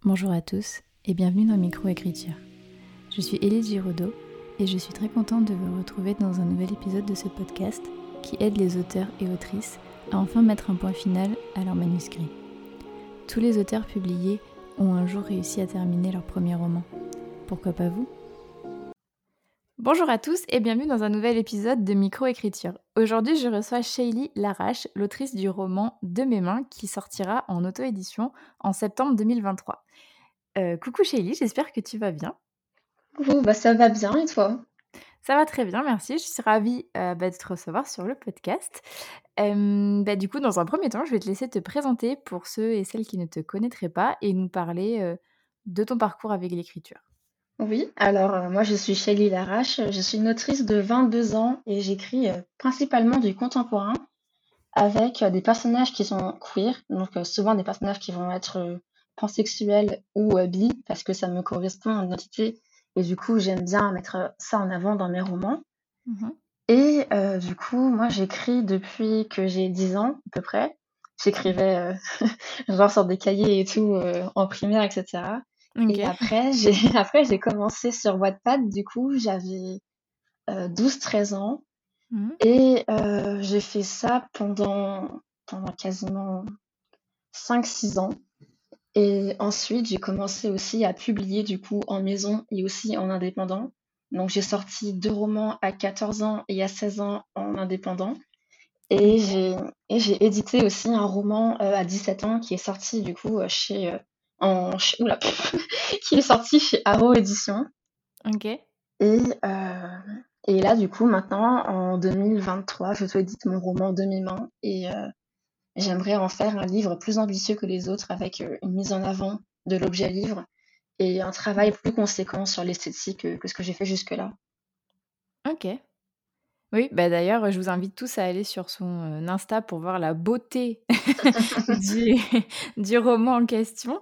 Bonjour à tous et bienvenue dans Microécriture. Je suis Élise Giraudot et je suis très contente de vous retrouver dans un nouvel épisode de ce podcast qui aide les auteurs et autrices à enfin mettre un point final à leur manuscrit. Tous les auteurs publiés ont un jour réussi à terminer leur premier roman. Pourquoi pas vous ? Bonjour à tous et bienvenue dans un nouvel épisode de Microécriture. Aujourd'hui, je reçois Shaylee Larache, l'autrice du roman De mes mains qui sortira en auto-édition en septembre 2023. Coucou Shaylee, j'espère que tu vas bien. Coucou, ça va bien et toi? Ça va très bien, merci. Je suis ravie de te recevoir sur le podcast. Du coup, dans un premier temps, je vais te laisser te présenter pour ceux et celles qui ne te connaîtraient pas et nous parler de ton parcours avec l'écriture. Oui, alors moi je suis Shaylee Larache, je suis une autrice de 22 ans et j'écris principalement du contemporain avec des personnages qui sont queer, donc souvent des personnages qui vont être pansexuels ou bi parce que ça me correspond à mon identité et du coup j'aime bien mettre ça en avant dans mes romans. Mhm. Et du coup moi j'écris depuis que j'ai 10 ans à peu près. J'écrivais genre sur des cahiers et tout en primaire, etc. Ok. Et après, j'ai après j'ai commencé sur Wattpad, du coup, j'avais 12-13 ans Mhm. et j'ai fait ça pendant quasiment 5-6 ans. Et ensuite, j'ai commencé aussi à publier du coup en maison et aussi en indépendant. Donc j'ai sorti 2 romans à 14 ans et à 16 ans en indépendant. Et Ok. j'ai édité aussi un roman à 17 ans qui est sorti du coup oula, qui est sorti chez Arrow Éditions. Ok. Et, et là, du coup, maintenant, en 2023, je édite mon roman de mes mains et j'aimerais en faire un livre plus ambitieux que les autres avec une mise en avant de l'objet livre et un travail plus conséquent sur l'esthétique que ce que j'ai fait jusque-là. Ok. Oui, d'ailleurs, je vous invite tous à aller sur son Insta pour voir la beauté du, du roman en question.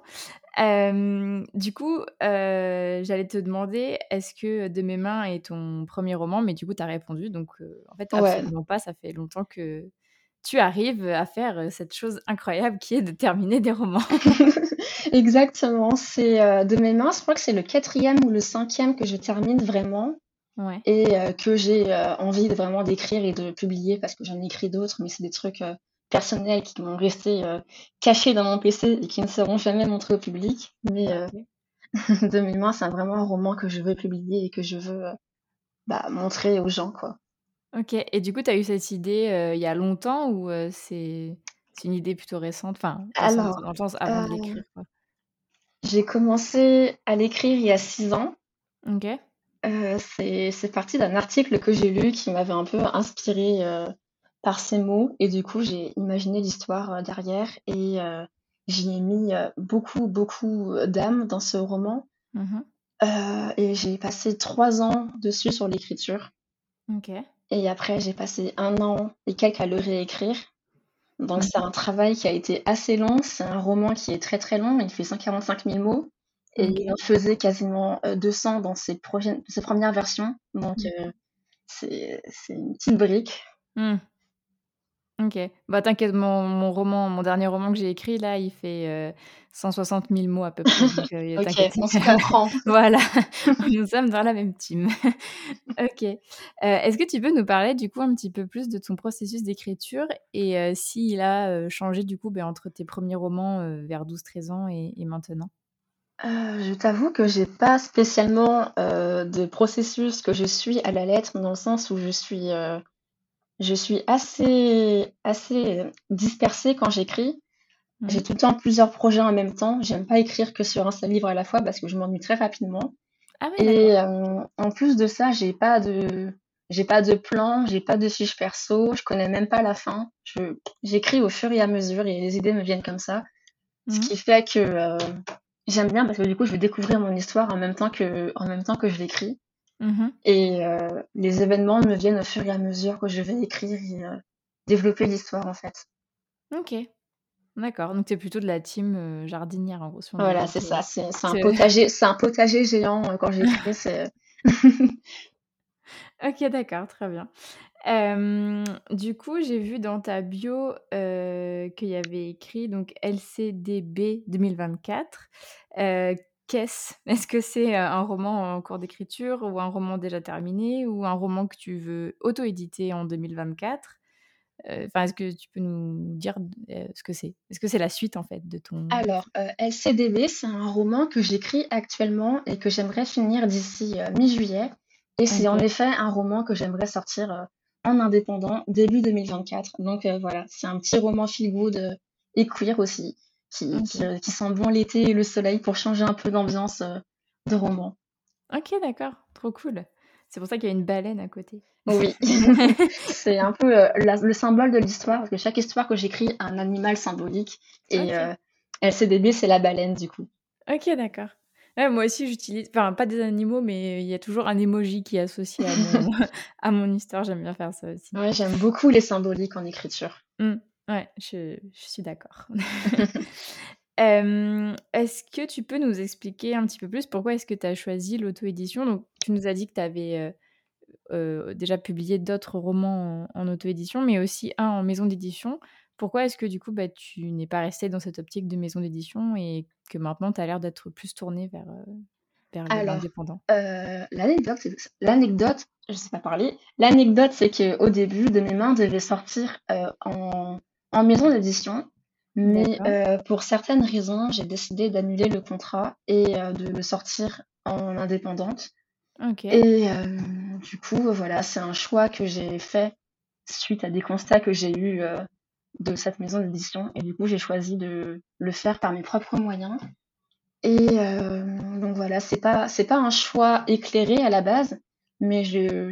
Du coup, j'allais te demander, est-ce que De mes mains est ton premier roman? Mais du coup, tu as répondu, donc en fait, Ouais, absolument pas. Ça fait longtemps que tu arrives à faire cette chose incroyable qui est de terminer des romans. exactement. C'est de mes mains, je crois que c'est le 4e ou le 5e que je termine vraiment. Ouais. Et que j'ai envie de vraiment d'écrire et de publier parce que j'en ai écrit d'autres, mais c'est des trucs personnels qui vont rester cachés dans mon PC et qui ne seront jamais montrés au public. Mais OK. de mes mains, c'est vraiment un roman que je veux publier et que je veux montrer aux gens, quoi. OK, et du coup, tu as eu cette idée il y a longtemps ou c'est une idée plutôt récente? Enfin, récente Alors, dans le sens avant de euh, l'écrire, quoi. j'ai commencé à l'écrire il y a 6 ans. OK. C'est parti d'un article que j'ai lu qui m'avait un peu inspirée par ces mots et du coup j'ai imaginé l'histoire derrière et j'y ai mis beaucoup d'âme dans ce roman. Mmh. Et j'ai passé 3 ans dessus sur l'écriture OK. et après j'ai passé 1 an et quelques à le réécrire. Donc c'est Mmh. un travail qui a été assez long, c'est un roman qui est très, très long, il fait 145 000 mots et il OK. en faisait quasiment 200 dans ses premières versions. Donc Mmh. c'est une petite brique. Mmh. OK. T'inquiète, mon dernier roman que j'ai écrit là, il fait 160 000 mots à peu près, donc OK, t'inquiète. on se comprend. Voilà, nous sommes dans la même team. OK. Est-ce que tu peux nous parler du coup un petit peu plus de ton processus d'écriture et s'il a changé du coup, entre tes premiers romans vers 12-13 ans et maintenant? Je t'avoue que j'ai pas spécialement de processus que je suis à la lettre, dans le sens où je suis assez dispersée quand j'écris. J'ai Mmh. tout le temps plusieurs projets en même temps. J'aime pas écrire que sur un seul livre à la fois parce que je m'ennuie très rapidement. Ah ouais, Et d'accord. en plus de ça, j'ai pas de plan, j'ai pas de fiche perso, je connais même pas la fin. J'écris au fur et à mesure et les idées me viennent comme ça. Ce Mmh. qui fait que j'aime bien parce que du coup, je vais découvrir mon histoire en même temps que je l'écris. Mmh. Et les événements me viennent au fur et à mesure que je vais écrire et développer l'histoire en fait. OK, d'accord, donc tu es plutôt de la team jardinière en gros, si on devait Voilà, un c'est peu ça. C'est un se potager, c'est un potager géant quand j'écris. C'est OK, d'accord, très bien. Du coup, j'ai vu dans ta bio, qu'il y avait écrit donc LCDB 2024. Heu, qu'est-ce? Est-ce que c'est, un roman en cours d'écriture ou un roman déjà terminé ou un roman que tu veux auto-éditer en 2024? Enfin, est-ce que tu peux nous dire ce que c'est? Est-ce que c'est la suite, en fait, de ton Alors, LCDB, c'est un roman que j'écris actuellement et que j'aimerais finir d'ici, mi-juillet et c'est en OK, effet un roman que j'aimerais sortir, en indépendant début 2024. Donc, voilà, c'est un petit roman feel good, et queer aussi OK. qui sent bon l'été et le soleil pour changer un peu d'ambiance, de roman. OK, d'accord, trop cool. C'est pour ça qu'il y a une baleine à côté. Oui, c'est un peu, la le symbole de l'histoire parce que chaque histoire que j'écris a un animal symbolique et OK. LCDB, c'est la baleine, du coup. OK, d'accord. Ouais, moi aussi j'utilise enfin pas des animaux, mais il y a toujours un emoji qui est associé à mon à mon histoire, j'aime bien faire ça aussi. Ouais, j'aime beaucoup les symboliques en écriture. Mmh. Ouais, je suis d'accord. Est-ce que tu peux nous expliquer un petit peu plus pourquoi est-ce que tu as choisi l'auto-édition? Donc tu nous as dit que tu avais, déjà publié d'autres romans en auto-édition, mais aussi un en maison d'édition. Pourquoi est-ce que du coup, bah, tu n'es pas resté dans cette optique de maison d'édition et que maintenant tu as l'air d'être plus tourné vers Alors, l'indépendant? l'anecdote, je sais pas parler. L'anecdote, c'est qu'au début, De mes mains devait sortir, en maison d'édition, mais D'accord, pour certaines raisons, j'ai décidé d'annuler le contrat et de le sortir en indépendante OK. et du coup, voilà, c'est un choix que j'ai fait suite à des constats que j'ai eus, de cette maison d'édition et du coup, j'ai choisi de le faire par mes propres moyens. Et donc voilà, c'est pas un choix éclairé à la base, mais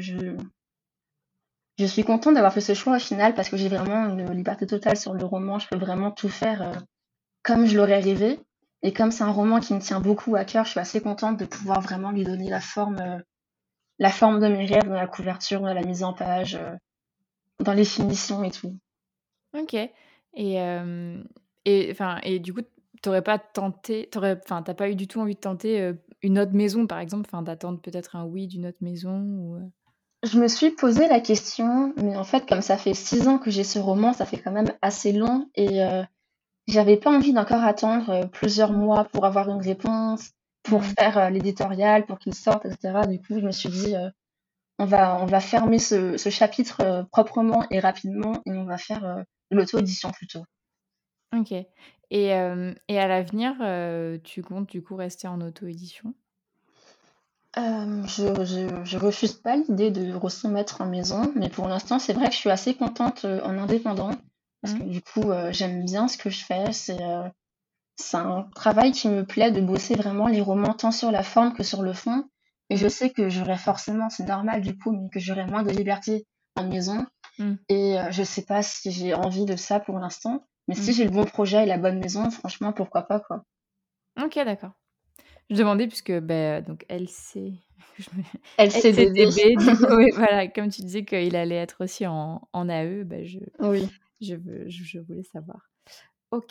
je suis contente d'avoir fait ce choix au final parce que j'ai vraiment une liberté totale sur le roman. Je peux vraiment tout faire, comme je l'aurais rêvé et comme c'est un roman qui me tient beaucoup à cœur, je suis assez contente de pouvoir vraiment lui donner la forme de mes rêves dans la couverture, dans la mise en page, dans les finitions et tout. OK et enfin et du coup, tu pas tenté enfin, tu pas eu du tout envie de tenter, une autre maison, par exemple? Enfin, d'attendre peut-être un oui d'une autre maison ou? Je me suis posé la question, mais en fait, comme ça fait 6 ans que j'ai ce roman, ça fait quand même assez long et j'avais pas envie d'encore attendre, plusieurs mois pour avoir une réponse, pour Mmh. faire, l'éditorial, pour qu'il sorte et cetera. Du coup, je me suis dit, «On va fermer ce chapitre, proprement et rapidement et on va faire, de l'auto-édition plutôt». OK et à l'avenir, tu comptes du coup rester en auto-édition? Je refuse pas l'idée de re mettre en maison, mais pour l'instant, c'est vrai que je suis assez contente, en indépendant parce Mmh. que du coup, j'aime bien ce que je fais. C'est un travail qui me plaît de bosser vraiment les romans tant sur la forme que sur le fond et je Mmh. sais que j'aurai forcément, c'est normal du coup, mais que j'aurai moins de liberté en maison Mmh. et je sais pas si j'ai envie de ça pour l'instant, mais Mmh. si j'ai le bon projet et la bonne maison, franchement, pourquoi pas, quoi. OK, d'accord. Je demandais puisque, beh, donc je me LCDB, LCDB du coup, oui, voilà, comme tu disais qu'il allait être aussi en AE, bah, oui. je voulais savoir. OK.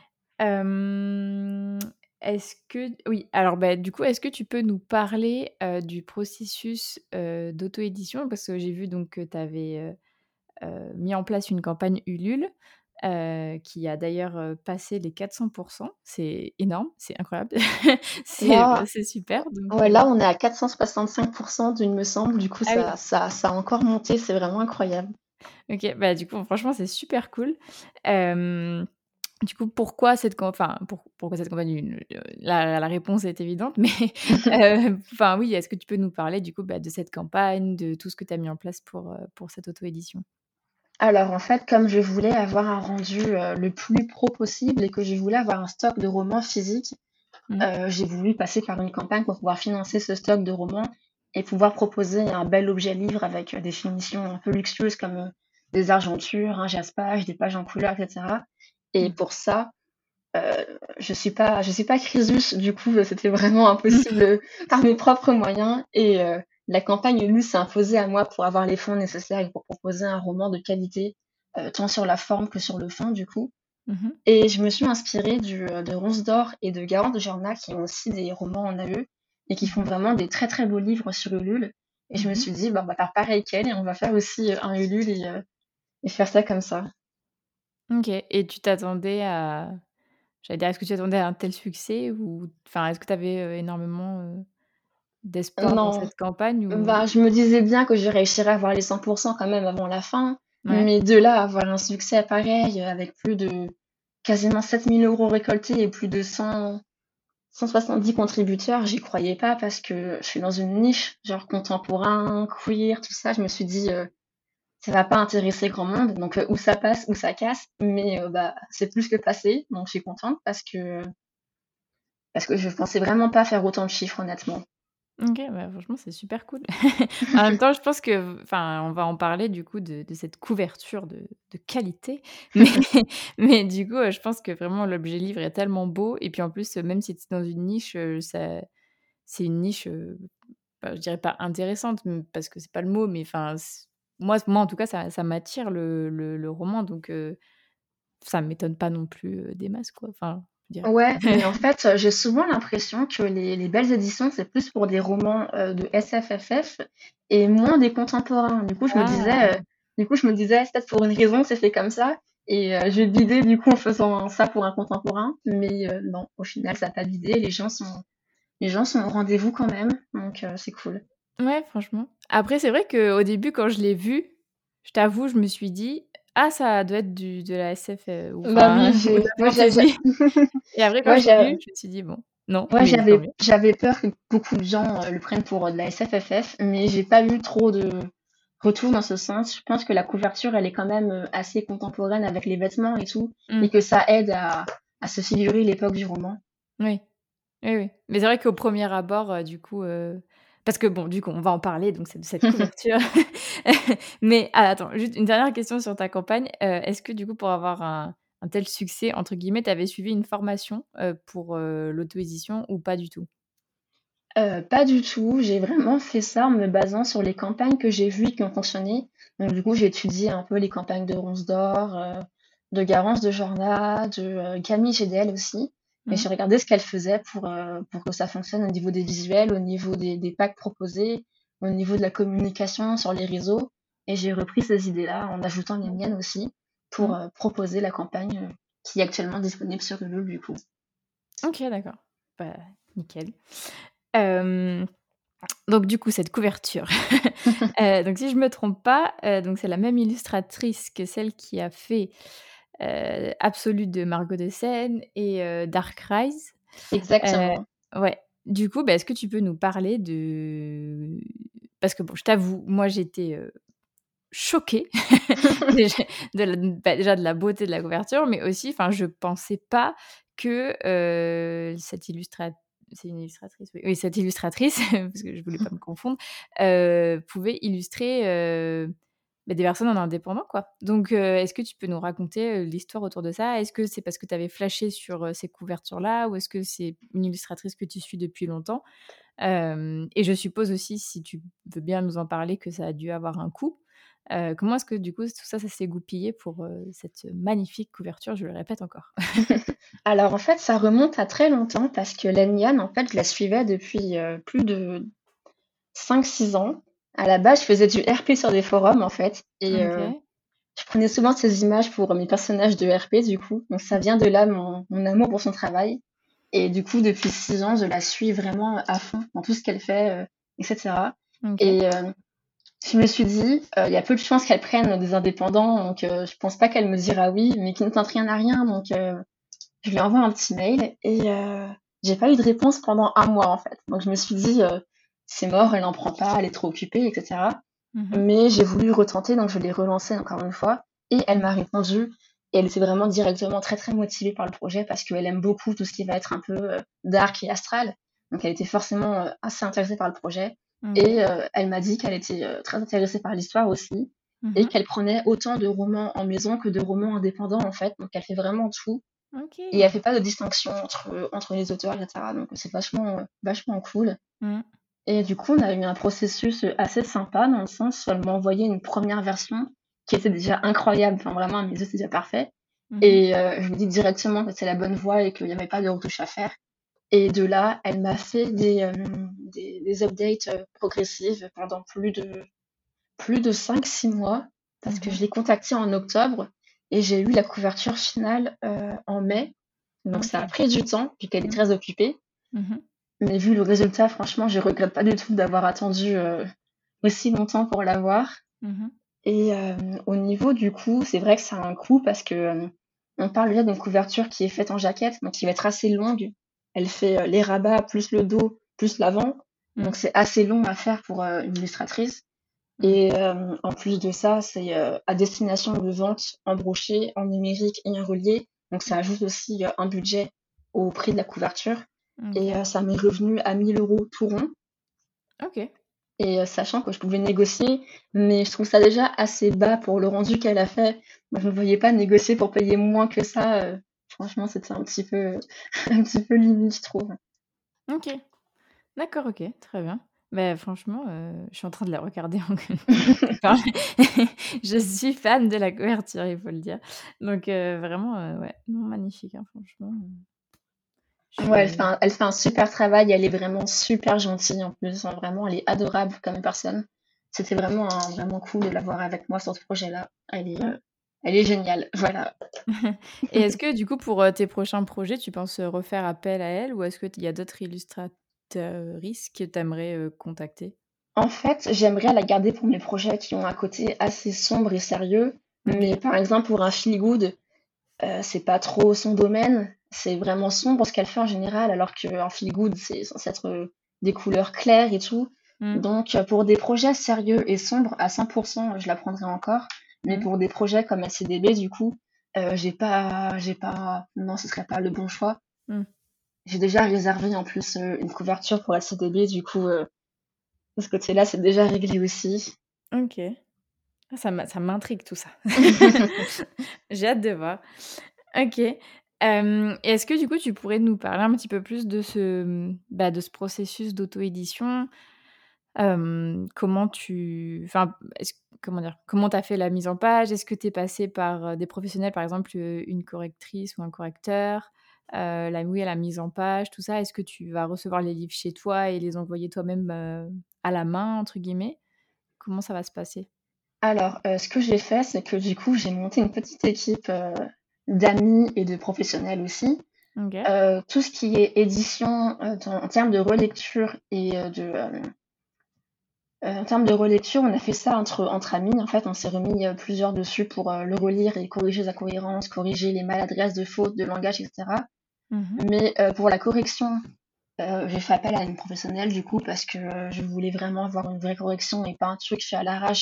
Hem, est-ce que oui, alors, bah, du coup, est-ce que tu peux nous parler, du processus, d'auto-édition? Parce que j'ai vu donc que tu avais, mis en place une campagne Ulule, qui a d'ailleurs, passé les 400. C'est énorme, c'est incroyable. Là, C'est super donc ouais, là, on est à 465% il me semble, du coup, ah oui, ça a encore monté, c'est vraiment incroyable. OK, bah, du coup, franchement, c'est super cool. Hem, du coup, pourquoi cette cam enfin, pourquoi cette campagne Ulule? La réponse est évidente, mais enfin, oui, est-ce que tu peux nous parler, du coup, bah, de cette campagne, de tout ce que tu as mis en place pour cette auto-édition? Alors en fait, comme je voulais avoir un rendu, le plus pro possible et que je voulais avoir un stock de romans physiques, Mmh. j'ai voulu passer par une campagne pour pouvoir financer ce stock de romans et pouvoir proposer un bel objet livre avec, des finitions un peu luxueuses comme, des argentures, un jaspage, des pages en couleur et cetera et Mmh. pour ça, je suis pas Crésus, du coup, c'était vraiment impossible, par mes propres moyens et la campagne Ulule s'est imposée à moi pour avoir les fonds nécessaires et pour proposer un roman de qualité, tant sur la forme que sur le fond, du coup Mmh. et je me suis inspirée de Ronce d'or et de Garand de Jorna qui ont aussi des romans en AE et qui font Mmh. vraiment des très, très beaux livres sur Ulule Et je me Mhm. suis dit, bah, on va faire pareil qu'elle et on va faire aussi un Ulule et faire ça comme ça. OK, et tu t'attendais à j'allais dire, est-ce que tu t'attendais à un tel succès ou enfin, est-ce que tu avais, énormément, d'espoir dans Non, cette campagne ou bah, je me disais bien que je réussirais à avoir les 100% quand même avant la fin, ouais? mais de là à avoir un succès pareil, avec plus de quasiment 7 000 € récoltés et plus de 170 contributeurs, j'y croyais pas parce que je suis dans une niche, genre contemporain, queer, tout ça. Je me suis dit, ça va pas intéresser grand monde, donc ou ça passe ou ça casse, mais bah, c'est plus que passé, donc je suis contente parce que je pensais vraiment pas faire autant de chiffres, honnêtement. OK, bah, franchement, c'est super cool. En même temps, je pense que enfin, on va en parler du coup de cette couverture de qualité, mais mais du coup, je pense que vraiment l'objet livre est tellement beau et puis en plus, même si tu es dans une niche, ça c'est une niche, bah, je dirais pas intéressante, parce que c'est pas le mot, mais enfin, moi en tout cas, ça m'attire le roman donc ça m'étonne pas non plus, des masses quoi, enfin, je veux dire. Ouais, mais en fait, j'ai souvent l'impression que les belles éditions, c'est plus pour des romans, de SFFF et moins des contemporains. Ah! Du coup, je me disais: «C'est peut-être pour une raison c'est fait comme ça» et je vais bider du coup en faisant ça pour un contemporain, mais non, au final ça a pas bidé, les gens sont au rendez-vous quand même, donc c'est cool. Ouais, franchement. Après, c'est vrai qu'au début, quand je l'ai vu, je t'avoue, je me suis dit: «Ah, ça doit être du de la SF, ou Bah enfin, oui, ou de j'ai la moi fantasy» et après quand moi je l'ai j'a lu, je me suis dit: «Bon, non, ouais, mais tant j'avais mieux». j'avais peur que beaucoup de gens, le prennent pour, de la SFFF, mais j'ai pas eu trop de retours dans ce sens. Je pense que la couverture, elle est quand même, assez contemporaine avec les vêtements et tout Mmh. et que ça aide à se figurer l'époque du roman. Oui. Oui, oui. Mais c'est vrai qu'au premier abord, du coup, parce que bon, du coup, on va en parler donc c'est de cette couverture. Mais attends, juste une dernière question sur ta campagne. Est-ce que du coup, pour avoir un tel «succès» entre guillemets, tu avais suivi une formation, pour, l'auto-édition ou pas du tout? Pas du tout, j'ai vraiment fait ça en me basant sur les campagnes que j'ai vues et qui ont fonctionné. Donc du coup, j'ai étudié un peu les campagnes de Ronce d'Or, de Garance de Jorna, de, Camille GDL aussi et Mmh. j'ai regardé ce qu'elle faisait pour que ça fonctionne au niveau des visuels, au niveau des packs proposés, au niveau de la communication sur les réseaux et j'ai repris ces idées-là en ajoutant les miennes aussi pour, Mmh. proposer la campagne, qui est actuellement disponible sur Ulule du coup. OK, d'accord. Bah, nickel. Hem, donc du coup, cette couverture, donc si je me trompe pas, donc c'est la même illustratrice que celle qui a fait, Absolude de Margot de Seine et Dark Rise. Heu, Exactement. ouais. Du coup, bah, est-ce que tu peux nous parler de parce que bon, je t'avoue, moi j'étais, choquée déjà déjà de la beauté de la couverture, mais aussi, enfin, je pensais pas que, cette illustrat c'est une illustratrice, oui, oui, cette illustratrice, parce que je voulais pas me confondre, pouvait illustrer, bah, des personnes en indépendant, quoi. Donc, est-ce que tu peux nous raconter, l'histoire autour de ça? Est-ce que c'est parce que tu avais flashé sur, ces couvertures-là ou est-ce que c'est une illustratrice que tu suis depuis longtemps? Et je suppose aussi, si tu veux bien nous en parler, que ça a dû avoir un coût. Comment est-ce que du coup tout ça, ça s'est goupillé pour, cette magnifique couverture? Je le répète encore. Alors en fait, ça remonte à très longtemps parce que Laniane, en fait, je la suivais depuis plus de 5, 6 ans. À la base, je faisais du RP sur des forums en fait et OK. je prenais souvent ces images pour mes personnages de RP du coup. Donc ça vient de là mon amour pour son travail. Et du coup, depuis 6 ans, je la suis vraiment à fond dans tout ce qu'elle fait, etc. OK. Et je me suis dit, il y a peu de chances qu'elle prenne des indépendants, donc je pense pas qu'elle me dira oui, mais qui ne tente rien à rien, donc je lui envoie un petit mail et j'ai pas eu de réponse pendant un mois en fait. Donc je me suis dit, c'est mort, elle en prend pas, elle est trop occupée, etc. Mmh. Mais j'ai voulu retenter, donc je l'ai relancée encore une fois et elle m'a répondu. Et elle était vraiment directement très très motivée par le projet parce qu'elle aime beaucoup tout ce qui va être un peu dark et astral. Donc elle était forcément assez intéressée par le projet. OK. Et elle m'a dit qu'elle était très intéressée par l'histoire aussi et Mmh. qu'elle prenait autant de romans en maison que de romans indépendants en fait. Donc elle fait vraiment tout et elle OK. fait pas de distinction entre les auteurs, etc. Donc c'est vachement cool. Mmh. Et du coup, on a eu un processus assez sympa dans le sens où elle m'a envoyé une première version qui était déjà incroyable. Enfin, vraiment, à mes yeux, c'est déjà parfait. Mmh. Et je lui dis directement que c'est la bonne voie et qu'il n'y avait pas de retouche à faire. Et de là, elle m'a fait des updates progressives pendant plus de 5-6 mois, parce que je Mhm. l'ai contacté en octobre et j'ai eu la couverture finale en mai. Donc ça a Ok. pris du temps, vu qu'elle est Mhm. très occupée. Mhm. Mais vu le résultat, franchement, je regrette pas du tout d'avoir attendu aussi longtemps pour l'avoir. Mhm. Et au niveau du coût, c'est vrai que ça a un coût parce que on parle déjà d'une couverture qui est faite en jaquette, donc qui va être assez longue. Elle fait les rabats plus le dos plus l'avant, donc Mhm. c'est assez long à faire pour une illustratrice. Mhm. Et en plus de ça, c'est à destination de vente en broché, en numérique et en relié. Donc ça ajoute aussi un budget au prix de la couverture. Et Ok. ça m'est revenu à 1 000 € tout rond. Ok. Et sachant que je pouvais négocier, mais je trouve ça déjà assez bas pour le rendu qu'elle a fait. Moi, je ne me voyais pas négocier pour payer moins que ça. Franchement, c'était un petit peu, un petit peu limite, je trouve. Ok. D'accord, ok, très bien. Mais franchement, je suis en train de la regarder en tu parles. Je suis fan de la couverture, il faut le dire. Donc vraiment, ouais, non, magnifique, hein, franchement, Ouais, je elle fait un super travail. Elle est vraiment super gentille en plus, hein. Vraiment, elle est adorable comme personne. C'était vraiment, vraiment cool de l'avoir avec moi sur ce projet-là. mmh. Elle est géniale. Voilà. Et est-ce que du coup, pour, tes prochains projets, tu penses, refaire appel à elle ou est-ce qu'il y a d'autres illustratrices que tu aimerais, contacter? En fait, j'aimerais la garder pour mes projets qui ont un côté assez sombre et sérieux. Mais OK. par exemple, pour un feel good, c'est pas trop son domaine. C'est vraiment sombre ce qu'elle fait en général, alors qu'un feel good, c'est censé être des couleurs claires et tout. Mmh. Donc, pour des projets sérieux et sombres, à 100%, je la prendrai encore. Mais Mmh. pour des projets comme LCDB, du coup, non, ce serait pas le bon choix. Mmh. J'ai déjà réservé en plus une couverture pour LCDB, du coup, de ce côté-là, c'est déjà réglé aussi. OK. Ah, ça m'intrigue tout ça. J'ai hâte de voir. OK. Et est-ce que du coup, tu pourrais nous parler un petit peu plus de de ce processus d'auto-édition? Comment tu enfin, comment dire? Comment tu as fait la mise en page? Est-ce que tu es passée par, des professionnels, par exemple, une correctrice ou un correcteur? La mise en page, tout ça? Est-ce que tu vas recevoir les livres chez toi et les envoyer toi-même, «à la main» entre guillemets? Comment ça va se passer? Alors, ce que j'ai fait, c'est que du coup, j'ai monté une petite équipe, d'amis et de professionnels aussi. OK. Tout ce qui est édition, en termes de relecture et en termes de relecture, on a fait ça entre amis. En fait, on s'est remis, plusieurs dessus pour, le relire et corriger sa cohérence, corriger les maladresses de fautes de langage et cetera. Mmh. Mais, pour la correction, j'ai fait appel à une professionnelle du coup parce que, je voulais vraiment avoir une vraie correction et pas un truc fait à l'arrache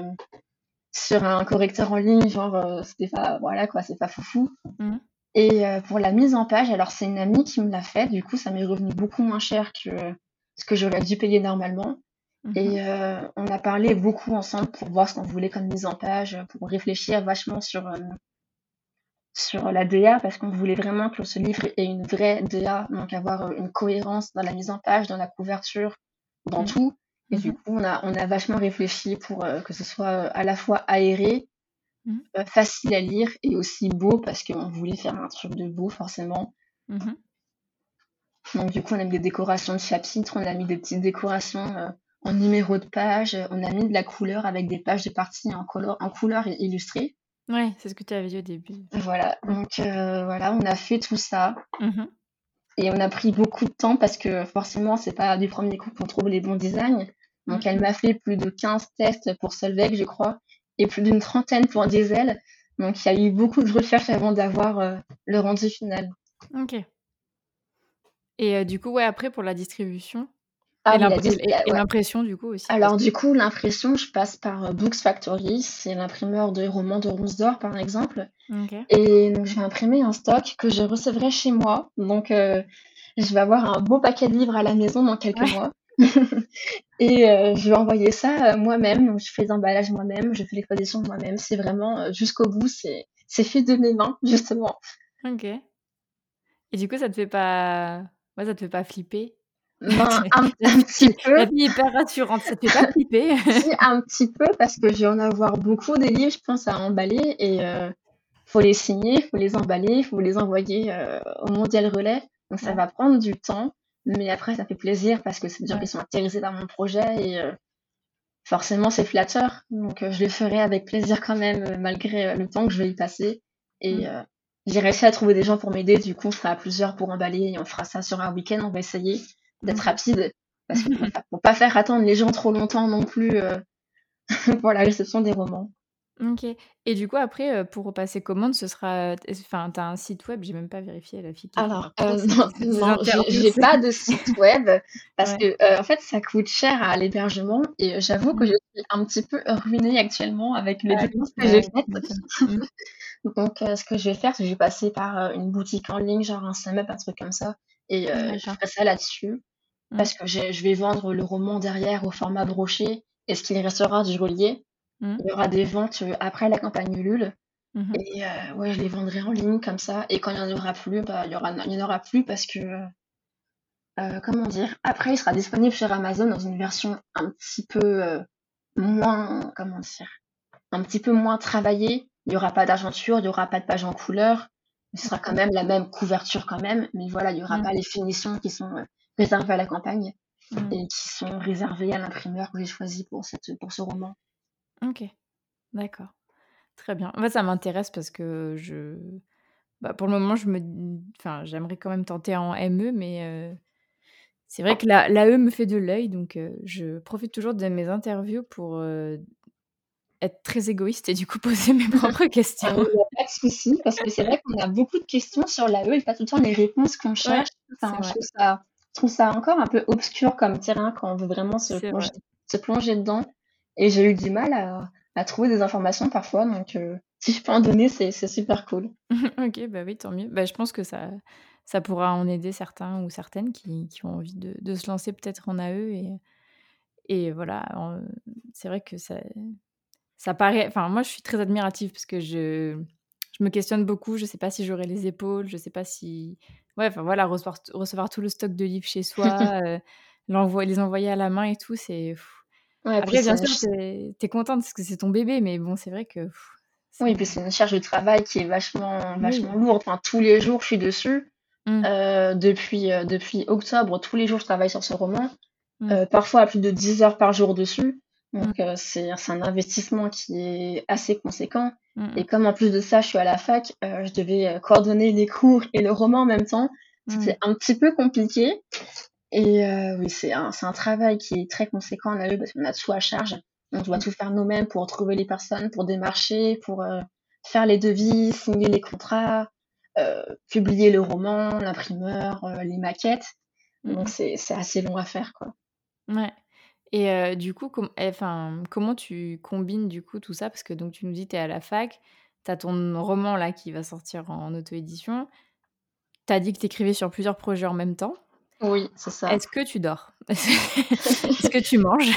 sur un correcteur en ligne, genre, c'était pas voilà quoi, c'est pas foufou. Mmh. Et pour la mise en page, alors c'est une amie qui me l'a fait, du coup ça m'est revenu beaucoup moins cher que ce que j'aurais dû payer normalement. Mmh. Et on a parlé beaucoup ensemble pour voir ce qu'on voulait comme mise en page, pour réfléchir vachement sur la DA parce qu'on voulait vraiment que ce livre ait une vraie DA, donc avoir, une cohérence dans la mise en page, dans la couverture, dans Mmh. tout. Et du Mmh. coup, on a vachement réfléchi pour, que ce soit, à la fois aéré, Mmh. facile à lire et aussi beau parce qu'on voulait faire un truc de beau forcément. Mmh. Donc du coup, on a mis des décorations de chapitres, on a mis des petites décorations en numéro de page, on a mis de la couleur avec des pages de parties en couleur et illustrées. Ouais, c'est ce que tu avais dit au début. Voilà, Mmh. donc voilà, on a fait tout ça Mmh. et on a pris beaucoup de temps parce que forcément, c'est pas du premier coup qu'on trouve les bons designs. Donc Mmh. elle m'a fait plus de 15 tests pour Solveig, je crois, et plus d'une trentaine pour Diesel. Donc il y a eu beaucoup de recherches avant d'avoir le rendu final. OK. Et du coup, ouais, après pour la distribution Ah oui, et ouais. l'impression du coup aussi parce Alors que du coup, l'impression, je passe par, Books Factory, c'est l'imprimeur de romans de Ronsdor, par exemple. OK. Et donc je vais imprimer un stock que je recevrai chez moi. Donc je vais avoir un beau paquet de livres à la maison dans quelques Ouais. mois. Et je vais envoyer ça, moi-même. Donc je fais les emballages moi-même, je fais l'exposition moi-même. C'est vraiment, jusqu'au bout, c'est fait de mes mains, justement. OK. Et du coup, ça te fait pas ouais, ça te fait pas flipper? Ben, La un fille petit peu. la fille hyper rassurante, ça te fait pas flipper? Si, un petit peu, parce que je vais en avoir beaucoup des livres, je pense, à emballer et faut les signer, faut les emballer, faut les envoyer, au Mondial Relais. Donc ça Ouais. va prendre du temps, mais après ça fait plaisir parce que c'est des gens qui Ouais. sont intéressés par mon projet et forcément c'est flatteur. Donc je le ferai avec plaisir quand même, malgré, le temps que je vais y passer et Mmh. j'ai réussi à trouver des gens pour m'aider. Du coup, on sera à plusieurs pour emballer et on fera ça sur un week-end. On va essayer d'être OK. rapide parce que pour pas faire attendre les gens trop longtemps non plus, pour la réception des romans. OK et du coup après, pour repasser commande, ce sera, enfin, tu as un site web? J'ai même pas vérifié, la fille qui Alors, prépare trop ses non, ses non, j'ai interviews, j'ai c'est pas de site web parce ouais. que, en fait, ça coûte cher à l'hébergement et j'avoue que Mmh. je suis un petit peu ruinée actuellement avec les Ah oui, dépenses que bah j'ai oui, faites. tu m'étonnes. Mmh. Donc, ce que je vais faire, c'est que je vais passer par, une boutique en ligne, genre un SumUp, un truc comme ça et je D'accord. ferai ça là-dessus Mmh. parce que je vais vendre le roman derrière au format broché et ce qu'il restera du relié, Mmh. il y aura des ventes, après la campagne Ulule Mmh mh. et ouais, je les vendrai en ligne comme ça et quand il y en aura plus, bah, il y en aura plus parce que, comment dire? Après, il sera disponible sur Amazon dans une version un petit peu, moins comment dire? Un petit peu moins travaillée. Il y aura pas d'argenture, il y aura pas de page en couleur. Ce sera quand D'accord. même la même couverture quand même, mais voilà, il y aura Mmh. pas les finitions qui sont, réservées à la campagne Mmh. et qui sont réservées à l'imprimeur que j'ai choisi pour ce roman. OK, d'accord. Très bien. En fait, ça m'intéresse parce que bah, pour le moment, enfin, j'aimerais quand même tenter en ME, mais c'est vrai que la l'AE me fait de l'œil, donc je profite toujours de mes interviews pour, être très égoïste et du coup poser mes propres questions. Il y a pas de souci parce que c'est vrai qu'on a beaucoup de questions sur l'AE et pas tout le temps les réponses qu'on Ouais, cherche. c'est Enfin, vrai, je trouve ça encore un peu obscur comme terrain quand on veut vraiment c'est vrai. se plonger dedans et j'ai eu du mal à trouver des informations parfois donc si je peux en donner, c'est super cool. OK, bah, oui, tant mieux. Bah, je pense que ça pourra en aider certains ou certaines qui ont envie de se lancer peut-être en AE et voilà, c'est vrai que ça paraît, enfin, moi, je suis très admirative parce que je me questionne beaucoup. Je sais pas si j'aurai les épaules, je sais pas si ouais, enfin, voilà, recevoir tout le stock de livres chez soi, les envoyer à la main et tout, c'est Ouais, puis après, c'est bien une sûr, ch tu es contente parce que c'est ton bébé, mais bon, c'est vrai que oui, c'est puis c'est une charge de travail qui est oui. vachement lourde. Enfin, tous les jours, je suis dessus. Mmh, Depuis octobre, tous les jours, je travaille sur ce roman. mmh, Parfois à plus de 10 heures par jour dessus. mmh, Donc c'est un investissement qui est assez conséquent mmh et mh, comme en plus de ça, je suis à la fac, je devais, coordonner les cours et le roman en même temps. mmh, C'était un petit peu compliqué et oui, c'est un travail qui est très conséquent en AE parce qu'on a tout à charge. On doit mmh, tout faire nous-mêmes pour trouver les personnes, pour démarcher, pour, faire les devis, signer les contrats, publier le roman, l'imprimeur, les maquettes. mmh Donc mh. c'est assez long à faire, quoi. Ouais et du coup, enfin, comment tu combines, du coup, tout ça? Parce que donc tu nous dis, tu es à la fac, tu as ton roman là qui va sortir en auto-édition. Tu as dit que tu écrivais sur plusieurs projets en même temps. Oui, c'est ça. Est-ce que tu dors? Est-ce que tu manges?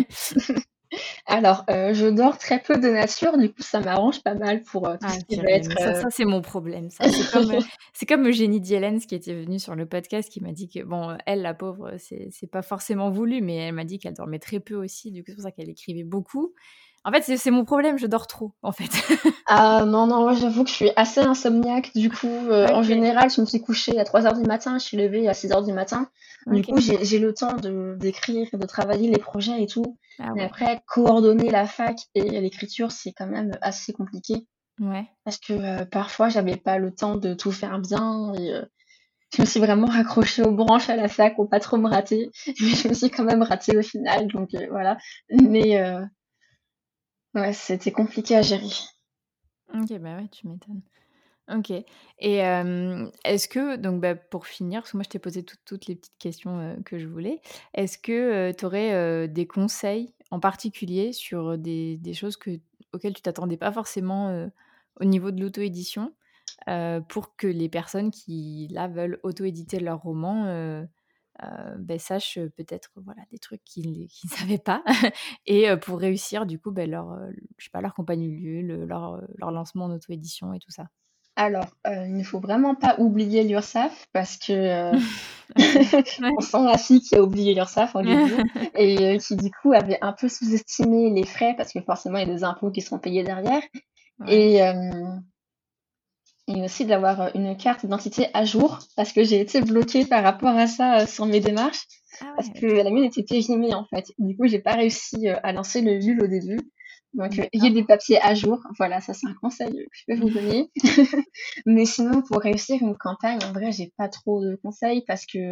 Alors, je dors très peu de nature, du coup, ça m'arrange pas mal pour, tout Ah ce qui va purée, être, mais ça c'est mon problème ça. C'est comme Eugénie Dielens qui était venue sur le podcast qui m'a dit que bon, elle la pauvre, c'est pas forcément voulu, mais elle m'a dit qu'elle dormait très peu aussi, du coup c'est pour ça qu'elle écrivait beaucoup. En fait, c'est mon problème, je dors trop, en fait. Ah non, non, moi, j'avoue que je suis assez insomniaque, du coup, en OK, général, je me suis couchée à 3 heures du matin, je suis levée à 6 heures du matin. Du OK. coup, j'ai le temps d'écrire, de travailler les projets et tout. Ah Mais ouais. après, coordonner la fac et l'écriture, c'est quand même assez compliqué Ouais. parce que, parfois, j'avais pas le temps de tout faire bien et je me suis vraiment raccrochée aux branches à la fac pour pas trop me rater. Mais je me suis quand même ratée au final, donc voilà. Mais ouais, c'était compliqué à gérer. OK, bah ouais, tu m'étonnes. OK et est-ce que donc bah, pour finir, parce que moi je t'ai posé toutes les petites questions, que je voulais. Est-ce que, tu aurais, des conseils en particulier sur des choses auxquelles tu t'attendais pas forcément, au niveau de l'auto-édition, pour que les personnes qui, là, veulent auto-éditer leur roman, beh, sachent, peut-être, voilà, des trucs qu'ils ne savaient pas et pour réussir du coup, beh, je sais pas, leur campagne Ulule, leur lancement en auto-édition et tout ça? Alors, il ne faut vraiment pas oublier l'URSSAF parce que, OK. Ouais. on sent la fille qui a oublié l'URSSAF au début et qui du coup avait un peu sous-estimé les frais parce que forcément il y a des impôts qui sont payés derrière Ouais. et et aussi d'avoir une carte d'identité à jour parce que j'ai été bloquée par rapport à ça sur mes démarches Ah parce ouais, que OK. la mienne était périmée en fait. Du coup, j'ai pas réussi à lancer le LUL au début. Donc, ayez D'accord. des papiers à jour. Voilà, ça c'est un conseil que je peux vous donner. Mais sinon, pour réussir une campagne, en vrai, j'ai pas trop de conseils parce que,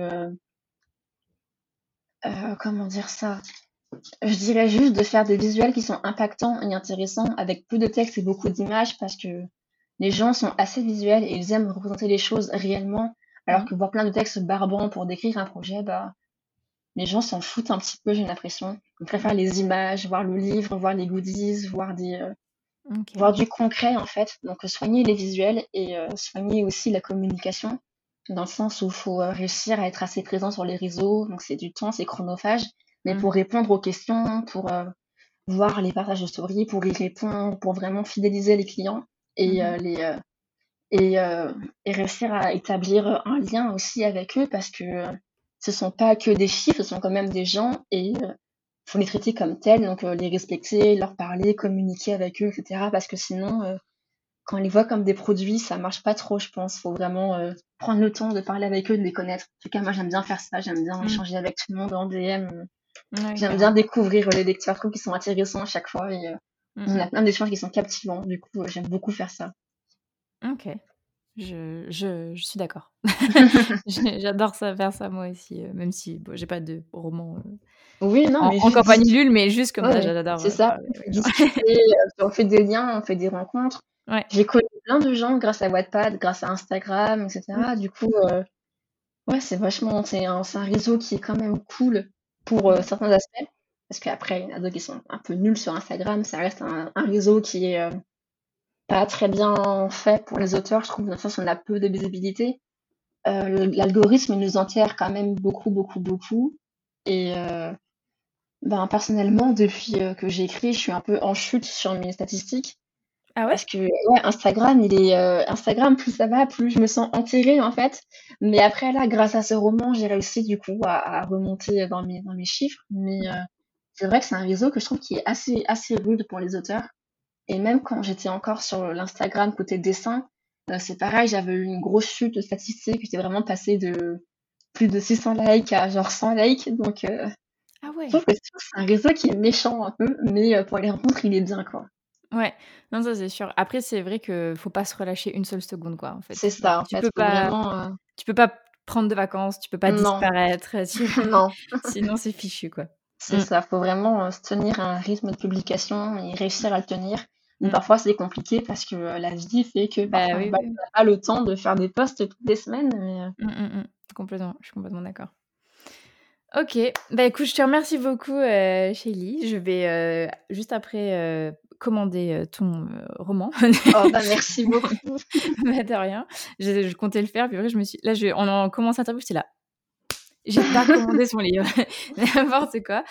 comment dire ça? Je dirais juste de faire des visuels qui sont impactants et intéressants avec peu de texte et beaucoup d'images parce que les gens sont assez visuels et ils aiment représenter les choses réellement, alors Mmh. que voir plein de textes barbants pour décrire un projet, bah, les gens s'en foutent un petit peu, j'ai l'impression. Ils préfèrent les images, voir le livre, voir les goodies, OK. voir du concret en fait. Donc soigner les visuels et soigner aussi la communication, dans le sens où il faut réussir à être assez présent sur les réseaux. Donc c'est du temps, c'est chronophage, mais Mmh. pour répondre aux questions, pour voir les partages de story, pour y répondre, pour vraiment fidéliser les clients et Mmh. euh, les et, et réussir à établir un lien aussi avec eux parce que ce sont pas que des chiffres, ce sont quand même des gens et faut les traiter comme tels, donc les respecter, leur parler, communiquer avec eux, etc. Parce que sinon, quand on les voit comme des produits, ça marche pas trop, je pense. Faut vraiment prendre le temps de parler avec eux, de les connaître. En tout cas, moi, j'aime bien faire ça. J'aime bien Mmh. échanger avec tout le monde en DM. Ouais, J'aime bien carrément. découvrir les lecteurs. Je trouve qu'ils sont intéressants à chaque fois et Mmh on a mh. plein d'échanges qui sont captivants. Du coup, j'aime beaucoup faire ça. OK. Je suis d'accord. J'adore ça, faire ça moi aussi, même si bon, j'ai pas de roman, Oui, non, mais en juste campagne discuter. Ulule, mais juste comme Ouais, ça, ouais, j'adore, c'est ça. parler avec les gens. Discuter, on fait des liens, on fait des rencontres. Ouais. J'ai connu plein de gens grâce à Wattpad, grâce à Instagram, et Mmh. cetera. Du coup, ouais, c'est un réseau qui est quand même cool pour, Mmh. certains aspects. Parce qu'après, il y en a d'autres qui sont un peu nuls sur Instagram. Ça reste un réseau qui est, pas très bien fait pour les auteurs, je trouve, dans le sens où on a peu de visibilité. L'algorithme nous enterre quand même beaucoup, beaucoup, beaucoup et ben, personnellement, depuis, que j'ai écrit, je suis un peu en chute sur mes statistiques. Ah ouais? Parce que ouais, Instagram, plus ça va, plus je me sens enterrée, en fait. Mais après là, grâce à ce roman, j'ai réussi du coup à remonter dans mes chiffres. Mais c'est vrai que c'est un réseau que je trouve qui est assez rude pour les auteurs. Et même quand j'étais encore sur l'Instagram côté dessin, c'est pareil, j'avais eu une grosse chute de statistiques. J'étais vraiment passée de plus de 600 likes à genre 100 likes. Donc Ah je ouais. trouve que c'est un réseau qui est méchant un peu, mais pour les rencontres, il est bien, quoi. Ouais. Non, ça c'est sûr. Après, c'est vrai que faut pas se relâcher une seule seconde, quoi, en C'est fait. ça, en Tu fait, peux faut pas vraiment, tu peux pas prendre de vacances, tu peux pas non, disparaître, tu non, sinon c'est fichu, quoi. c'est Mmh. ça, faut vraiment, se tenir à un rythme de publication et réussir à le tenir. Mais Mmh. parfois, c'est compliqué parce que, la vie fait que Bah, parfois, oui, bah, oui. on n'a pas le temps de faire des posts toutes les semaines, mais Mmh, mmh mh. Complètement, je suis complètement d'accord. OK, bah, écoute, je te remercie beaucoup, Chélie. Je vais, juste après, commander, ton, roman. oh, bah, merci beaucoup. Bah, de rien. Je comptais le faire, puis après je me suis là, je on en commence l'interview, j'étais là: «J'ai pas commandé son livre». N'importe quoi.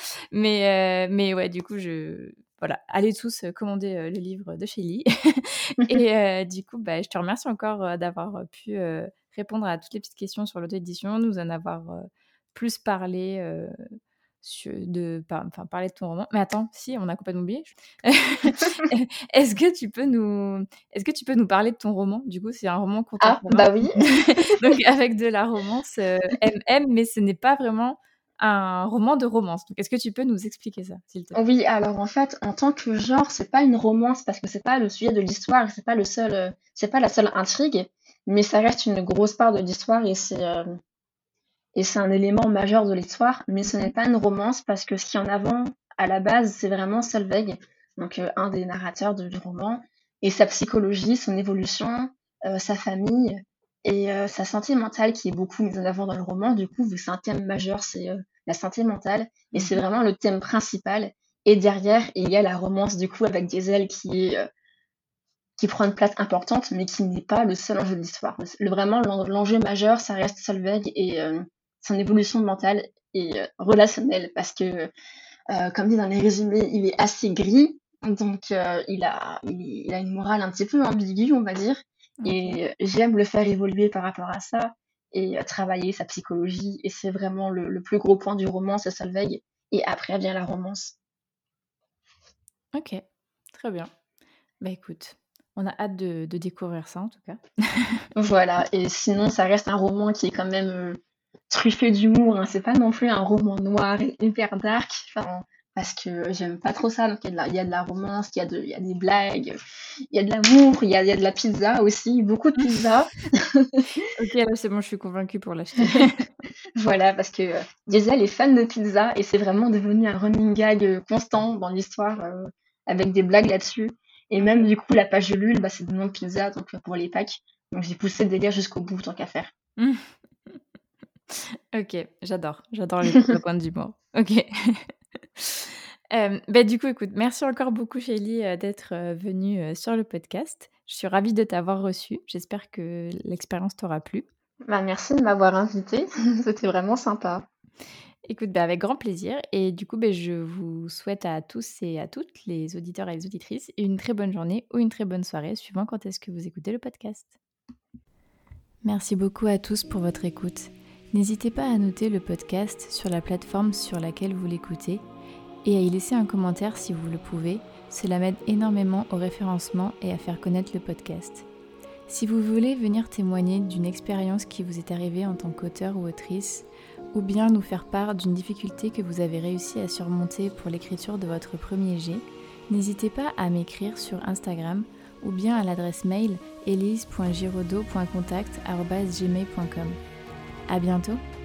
Mais ouais, du coup, voilà, allez tous, commander, le livre de Chélie. Et du coup, bah, je te remercie encore, d'avoir, pu, répondre à toutes les petites questions sur l'auto-édition, nous en avoir, plus parlé, enfin, parler de ton roman. Mais attends, si, on a complètement oublié. Est-ce que tu peux nous est-ce que tu peux nous parler de ton roman? Du coup, c'est un roman Ah, contemporain, bah, oui. donc avec de la romance, MM, mais ce n'est pas vraiment un roman de romance. Donc est-ce que tu peux nous expliquer ça, s'il te plaît? Oui, alors, en fait, en tant que genre, c'est pas une romance parce que c'est pas le sujet de l'histoire, c'est pas la seule intrigue, mais ça reste une grosse part de l'histoire et c'est un élément majeur de l'histoire, mais ce n'est Mmh. pas une romance parce que ce qui est en avant, à la base, c'est vraiment Solveig, donc un des narrateurs du roman, et sa psychologie, son évolution, sa famille et sa santé mentale qui est beaucoup mise en avant dans le roman. Du coup, vu que c'est un thème majeur, c'est la santé mentale, et c'est Mmh. vraiment le thème principal. Et derrière, il y a la romance du coup avec Diesel qui prend une place importante, mais qui n'est pas le seul enjeu de l'histoire. Vraiment, l'enjeu majeur, ça reste Solveig et son évolution mentale et relationnelle, parce que, comme dit dans les résumés, il est assez gris, donc il a une morale un petit peu ambiguë, on va dire, OK. et j'aime le faire évoluer par rapport à ça, et travailler sa psychologie, et c'est vraiment le plus gros point du roman, c'est Solveig, et après vient la romance. OK. Très bien. Bah, écoute, On a hâte de découvrir ça en tout cas. Voilà, et sinon, ça reste un roman qui est quand même truffé d'humour, hein. C'est pas non plus un roman noir et hyper dark, enfin, parce que j'aime pas trop ça. Donc, il y a de la romance, il y a des blagues, il y a de l'amour, il y a de la pizza aussi, beaucoup de pizza. OK, là c'est bon, je suis convaincue pour l'acheter. Voilà, parce que Diesel est fan de pizza et c'est vraiment devenu un running gag constant dans l'histoire avec des blagues là-dessus. Et même du coup, la page de Lul, bah, c'est le nom de pizza donc, pour les Pâques. Donc j'ai poussé le délire jusqu'au bout, tant qu'à faire. OK, j'adore les petits coins d'humour. OK. Bah, du coup, écoute, merci encore beaucoup Chélie, d'être, venue, sur le podcast. Je suis ravie de t'avoir reçue. J'espère que l'expérience t'aura plu. Bah, merci de m'avoir invitée, c'était vraiment sympa. Écoute, bah, avec grand plaisir et du coup, beh, je vous souhaite à tous et à toutes, les auditeurs et les auditrices, une très bonne journée ou une très bonne soirée, suivant quand est-ce que vous écoutez le podcast. Merci beaucoup à tous pour votre écoute. N'hésitez pas à noter le podcast sur la plateforme sur laquelle vous l'écoutez et à y laisser un commentaire si vous le pouvez. Cela m'aide énormément au référencement et à faire connaître le podcast. Si vous voulez venir témoigner d'une expérience qui vous est arrivée en tant qu'auteur ou autrice, ou bien nous faire part d'une difficulté que vous avez réussi à surmonter pour l'écriture de votre premier jet, n'hésitez pas à m'écrire sur Instagram ou bien à l'adresse mail elise.giraudot.contact@gmail.com. À bientôt!